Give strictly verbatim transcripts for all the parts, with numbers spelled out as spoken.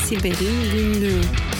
Siber'in Günlüğü.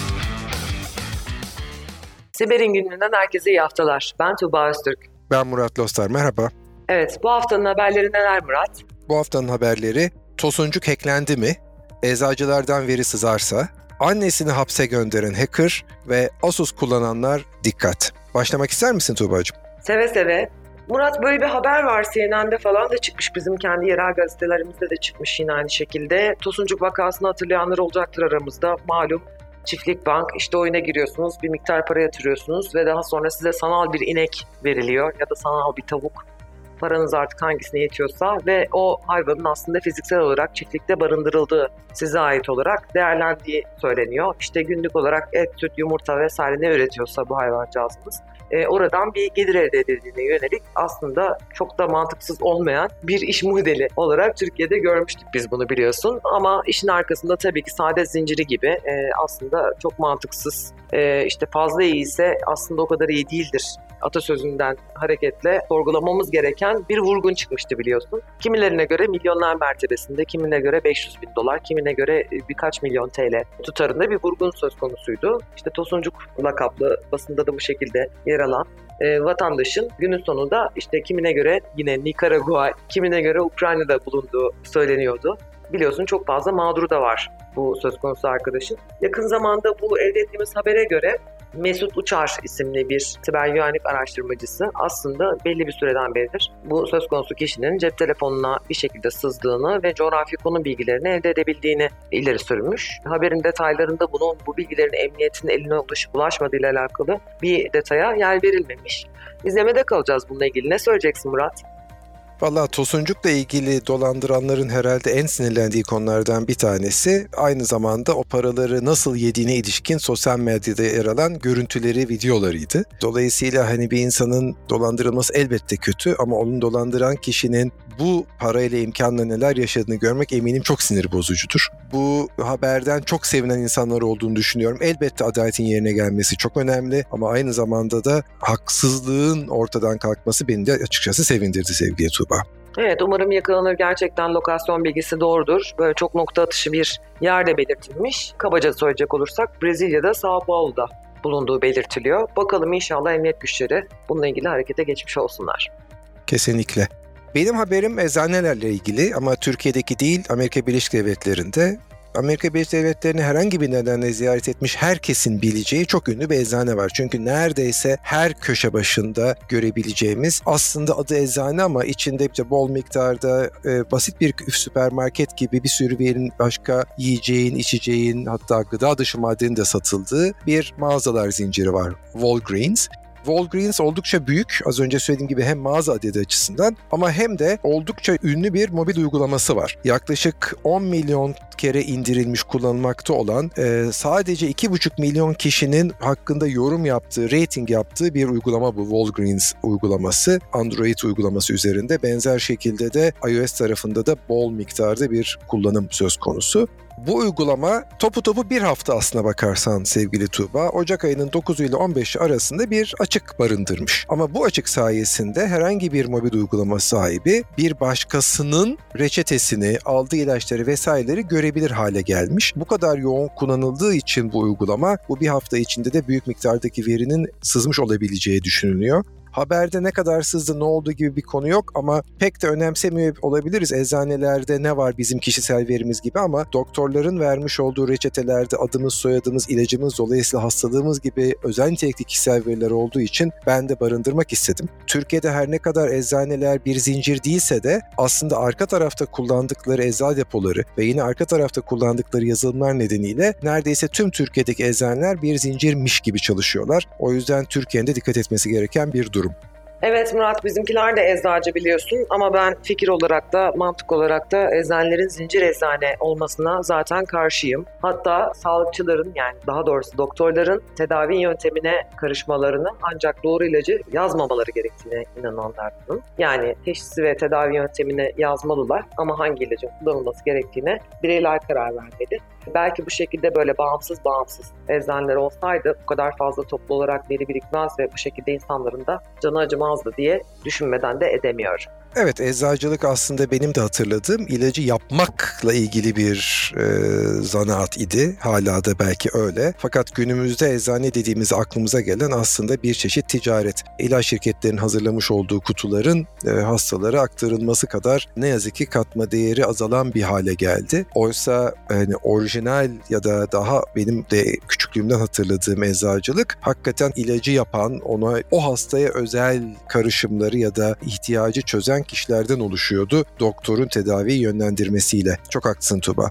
Siber'in Günlüğü'nden herkese iyi haftalar. Ben Tuğba Öztürk. Ben Murat Lostar, merhaba. Evet, bu haftanın haberleri neler Murat? Bu haftanın haberleri: Tosuncuk hacklendi mi? Eczacılardan veri sızarsa, annesini hapse gönderen hacker ve Asus kullananlar dikkat. Başlamak ister misin Tuğba'cığım? Seve seve. Murat, böyle bir haber var, C N N'de falan da çıkmış, bizim kendi yerel gazetelerimizde de çıkmış yine aynı şekilde. Tosuncuk vakasını hatırlayanlar olacaktır aramızda. Malum Çiftlik Bank, işte oyuna giriyorsunuz, bir miktar para yatırıyorsunuz ve daha sonra size sanal bir inek veriliyor ya da sanal bir tavuk. Paranız artık hangisine yetiyorsa ve o hayvanın aslında fiziksel olarak çiftlikte barındırıldığı, size ait olarak değerlendiği söyleniyor. İşte günlük olarak et, süt, yumurta vesaire ne üretiyorsa bu hayvancağızımız, e, oradan bir gelir elde edildiğine yönelik aslında çok da mantıksız olmayan bir iş modeli olarak Türkiye'de görmüştük biz bunu, biliyorsun. Ama işin arkasında tabii ki saadet zinciri gibi e, aslında çok mantıksız, e, işte fazla iyi ise aslında o kadar iyi değildir atasözünden hareketle sorgulamamız gereken bir vurgun çıkmıştı, biliyorsun. Kimilerine göre milyonlar mertebesinde, kimine göre beş yüz bin dolar, kimine göre birkaç milyon T L tutarında bir vurgun söz konusuydu. İşte Tosuncuk lakaplı, basında da bu şekilde yer alan e, vatandaşın günün sonunda işte kimine göre yine Nikaragua, kimine göre Ukrayna'da bulunduğu söyleniyordu. Biliyorsun çok fazla mağduru da var bu söz konusu arkadaşın. Yakın zamanda bu elde ettiğimiz habere göre Mesut Uçar isimli bir siber güvenlik araştırmacısı aslında belli bir süreden beridir bu söz konusu kişinin cep telefonuna bir şekilde sızdığını ve coğrafi konum bilgilerini elde edebildiğini ileri sürmüş. Haberin detaylarında bunun, bu bilgilerin emniyetin eline ulaşıp ulaşmadığı ile alakalı bir detaya yer verilmemiş. İzlemede kalacağız bununla ilgili. Ne söyleyeceksin Murat? Vallahi Tosuncuk'la ilgili dolandıranların herhalde en sinirlendiği konulardan bir tanesi, aynı zamanda o paraları nasıl yediğine ilişkin sosyal medyada yer alan görüntüleri, videolarıydı. Dolayısıyla hani bir insanın dolandırılması elbette kötü ama onun dolandıran kişinin bu parayla, imkanla neler yaşadığını görmek eminim çok sinir bozucudur. Bu haberden çok sevinen insanlar olduğunu düşünüyorum. Elbette adaletin yerine gelmesi çok önemli ama aynı zamanda da haksızlığın ortadan kalkması beni de açıkçası sevindirdi sevgili Tuğba. Evet, umarım yakalanır, gerçekten lokasyon bilgisi doğrudur. Böyle çok nokta atışı bir yerde belirtilmiş. Kabaca söyleyecek olursak Brezilya'da, Sao Paulo'da bulunduğu belirtiliyor. Bakalım, inşallah emniyet güçleri bununla ilgili harekete geçmiş olsunlar. Kesinlikle. Benim haberim eczanelerle ilgili ama Türkiye'deki değil, Amerika Birleşik Devletleri'nde. Amerika Birleşik Devletleri'ni herhangi bir nedenle ziyaret etmiş herkesin bileceği çok ünlü bir eczane var. Çünkü neredeyse her köşe başında görebileceğimiz, aslında adı eczane ama içinde işte bol miktarda e, basit bir süpermarket gibi bir sürü bir başka yiyeceğin, içeceğin, hatta gıda dışı maddenin de satıldığı bir mağazalar zinciri var, Walgreens. Walgreens oldukça büyük, az önce söylediğim gibi hem mağaza adedi açısından ama hem de oldukça ünlü bir mobil uygulaması var. Yaklaşık on milyon kere indirilmiş, kullanılmakta olan, e, sadece iki buçuk milyon kişinin hakkında yorum yaptığı, rating yaptığı bir uygulama bu Walgreens uygulaması. Android uygulaması üzerinde, benzer şekilde de iOS tarafında da bol miktarda bir kullanım söz konusu. Bu uygulama topu topu bir hafta aslına bakarsan sevgili Tuğba, Ocak ayının dokuzu ile on beşi arasında bir açık barındırmış. Ama bu açık sayesinde herhangi bir mobil uygulama sahibi bir başkasının reçetesini, aldığı ilaçları vesaireleri görebilir hale gelmiş. Bu kadar yoğun kullanıldığı için bu uygulama, bu bir hafta içinde de büyük miktardaki verinin sızmış olabileceği düşünülüyor. Haberde ne kadar sızdı, ne olduğu gibi bir konu yok ama pek de önemsemiyor olabiliriz. Eczanelerde ne var bizim kişisel verimiz gibi ama doktorların vermiş olduğu reçetelerde adımız, soyadımız, ilacımız, dolayısıyla hastalığımız gibi özel nitelikli kişisel veriler olduğu için ben de barındırmak istedim. Türkiye'de her ne kadar eczaneler bir zincir değilse de aslında arka tarafta kullandıkları eczacı depoları ve yine arka tarafta kullandıkları yazılımlar nedeniyle neredeyse tüm Türkiye'deki eczaneler bir zincirmiş gibi çalışıyorlar. O yüzden Türkiye'nin de dikkat etmesi gereken bir durum. Evet Murat, bizimkiler de eczacı biliyorsun ama ben fikir olarak da mantık olarak da eczanelerin zincir eczane olmasına zaten karşıyım. Hatta sağlıkçıların, yani daha doğrusu doktorların tedavi yöntemine karışmalarını, ancak doğru ilacı yazmamaları gerektiğine inananlardanım. Yani teşhisi ve tedavi yöntemini yazmalılar ama hangi ilacın kullanılması gerektiğine bireyler karar vermeli. Belki bu şekilde böyle bağımsız bağımsız eczaneler olsaydı bu kadar fazla toplu olarak veri birikmez ve bu şekilde insanların da canı acımazdı diye düşünmeden de edemiyorum. Evet, eczacılık aslında benim de hatırladığım ilacı yapmakla ilgili bir e, zanaat idi. Hala da belki öyle. Fakat günümüzde eczane dediğimiz aklımıza gelen aslında bir çeşit ticaret. İlaç şirketlerinin hazırlamış olduğu kutuların e, hastalara aktarılması kadar ne yazık ki katma değeri azalan bir hale geldi. Oysa yani orijinal ya da daha benim de küçüklüğümden hatırladığım eczacılık hakikaten ilacı yapan, ona o hastaya özel karışımları ya da ihtiyacı çözen kişilerden oluşuyordu doktorun tedaviyi yönlendirmesiyle. Çok haklısın Tuğba.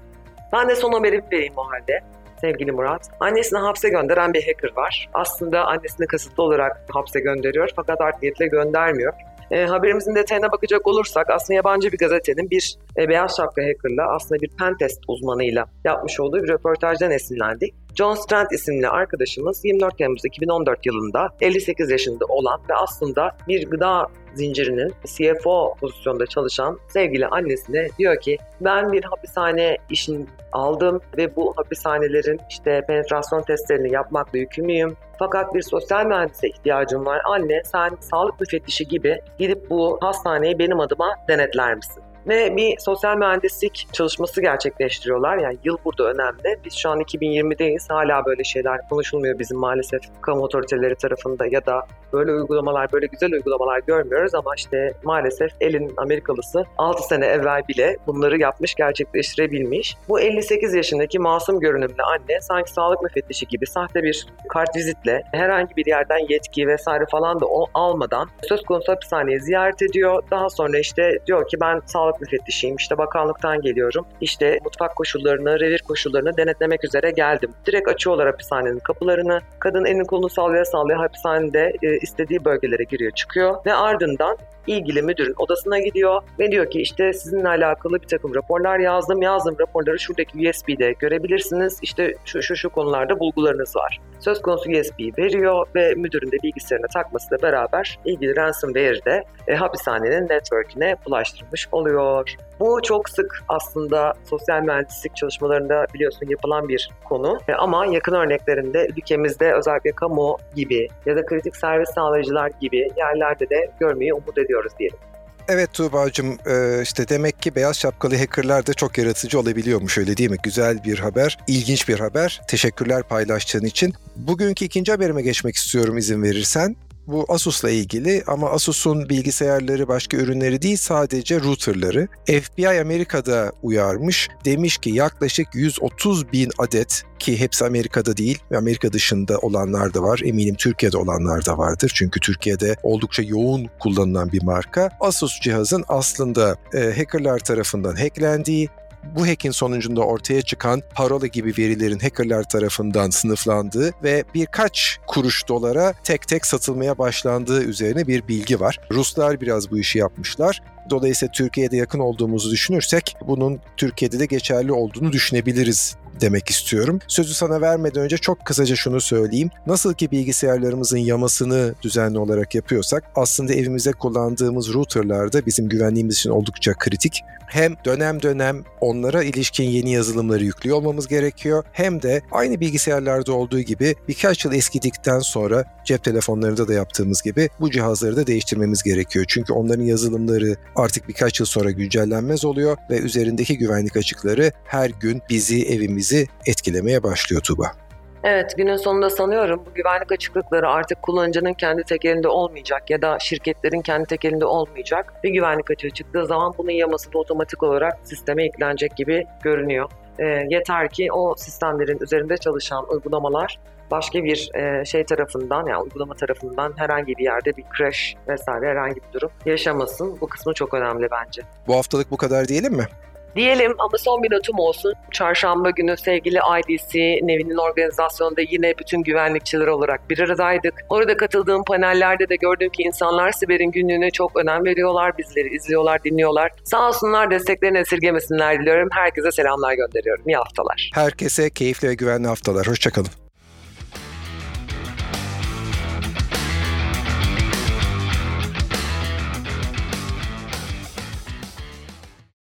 Ben de son haberimi vereyim o halde. Sevgili Murat, annesini hapse gönderen bir hacker var. Aslında annesini kasıtlı olarak hapse gönderiyor fakat art niyetle göndermiyor. E, haberimizin detayına bakacak olursak aslında yabancı bir gazetenin bir e, beyaz şapka hackerla aslında bir pen test uzmanıyla yapmış olduğu bir röportajdan esinlendik. John Strand isimli arkadaşımız yirmi dört Temmuz iki bin on dört yılında elli sekiz yaşında olan ve aslında bir gıda zincirinin C F O pozisyonda çalışan sevgili annesine diyor ki ben bir hapishane işini aldım ve bu hapishanelerin işte penetrasyon testlerini yapmakla yükümlüyüm. Fakat bir sosyal mühendise ihtiyacım var. Anne sen sağlık müfettişi gibi gidip bu hastaneyi benim adıma denetler misin? Ve bir sosyal mühendislik çalışması gerçekleştiriyorlar. Yani yıl burada önemli. Biz şu an iki bin yirmideyiz. Hala böyle şeyler konuşulmuyor bizim maalesef kamu otoriteleri tarafında ya da böyle uygulamalar, böyle güzel uygulamalar görmüyoruz ama işte maalesef elin Amerikalısı altı sene evvel bile bunları yapmış, gerçekleştirebilmiş. Bu elli sekiz yaşındaki masum görünümlü anne sanki sağlık müfettişi gibi sahte bir kartvizitle herhangi bir yerden yetki vesaire falan da almadan söz konusu hapishaneyi ziyaret ediyor. Daha sonra işte diyor ki ben sağlık müfettişiyim, işte bakanlıktan geliyorum, işte mutfak koşullarını, revir koşullarını denetlemek üzere geldim. Direkt açıyorlar hapishanenin kapılarını. Kadın elini kolunu sallaya sallaya hapishanede e, istediği bölgelere giriyor çıkıyor ve ardından ilgili müdürün odasına gidiyor ve diyor ki işte sizinle alakalı bir takım raporlar yazdım. Yazdığım raporları şuradaki U S B'de görebilirsiniz. İşte şu şu şu konularda bulgularınız var. Söz konusu U S B'yi veriyor ve müdürün de bilgisayarına takmasıyla beraber ilgili ransomware'i de e, hapishanenin network'ine ulaştırmış oluyor. Bu çok sık aslında sosyal mühendislik çalışmalarında biliyorsun yapılan bir konu. E, ama yakın örneklerinde ülkemizde özellikle kamu gibi ya da kritik servis sağlayıcılar gibi yerlerde de görmeyi umut ediyoruz diyelim. Evet Tuğba'cığım, işte demek ki beyaz şapkalı hackerlar da çok yaratıcı olabiliyormuş, öyle değil mi? Güzel bir haber, ilginç bir haber. Teşekkürler paylaştığın için. Bugünkü ikinci haberime geçmek istiyorum izin verirsen. Bu Asus'la ilgili ama Asus'un bilgisayarları başka ürünleri değil, sadece routerları. F B I Amerika'da uyarmış. Demiş ki yaklaşık yüz otuz bin adet, ki hepsi Amerika'da değil ve Amerika dışında olanlar da var. Eminim Türkiye'de olanlar da vardır. Çünkü Türkiye'de oldukça yoğun kullanılan bir marka. Asus cihazın aslında e, hackerlar tarafından hacklendiği, bu hackin sonucunda ortaya çıkan parola gibi verilerin hackerlar tarafından sınıflandığı ve birkaç kuruş dolara tek tek satılmaya başlandığı üzerine bir bilgi var. Ruslar biraz bu işi yapmışlar. Dolayısıyla Türkiye'de yakın olduğumuzu düşünürsek bunun Türkiye'de de geçerli olduğunu düşünebiliriz demek istiyorum. Sözü sana vermeden önce çok kısaca şunu söyleyeyim. Nasıl ki bilgisayarlarımızın yamasını düzenli olarak yapıyorsak aslında evimizde kullandığımız routerlar da bizim güvenliğimiz için oldukça kritik. Hem dönem dönem onlara ilişkin yeni yazılımları yüklüyor olmamız gerekiyor, hem de aynı bilgisayarlarda olduğu gibi birkaç yıl eskidikten sonra cep telefonlarında da yaptığımız gibi bu cihazları da değiştirmemiz gerekiyor. Çünkü onların yazılımları artık birkaç yıl sonra güncellenmez oluyor ve üzerindeki güvenlik açıkları her gün bizi, evimizi etkilemeye başlıyor Tuğba. Evet, günün sonunda sanıyorum bu güvenlik açıklıkları artık kullanıcının kendi tek elinde olmayacak ya da şirketlerin kendi tek elinde olmayacak. Bir güvenlik açığı çıktığı zaman bunun yaması da otomatik olarak sisteme yüklenecek gibi görünüyor. E, yeter ki o sistemlerin üzerinde çalışan uygulamalar başka bir e, şey tarafından, yani uygulama tarafından herhangi bir yerde bir crash vesaire herhangi bir durum yaşamasın. Bu kısmı çok önemli bence. Bu haftalık bu kadar diyelim mi? Diyelim ama son bir notum olsun. Çarşamba günü sevgili I D C, Nevin'in organizasyonunda yine bütün güvenlikçiler olarak bir aradaydık. Orada katıldığım panellerde de gördüm ki insanlar siberin günlüğüne çok önem veriyorlar. Bizleri izliyorlar, dinliyorlar. Sağ olsunlar, desteklerini esirgemesinler diliyorum. Herkese selamlar gönderiyorum. İyi haftalar. Herkese keyifli ve güvenli haftalar. Hoşça kalın.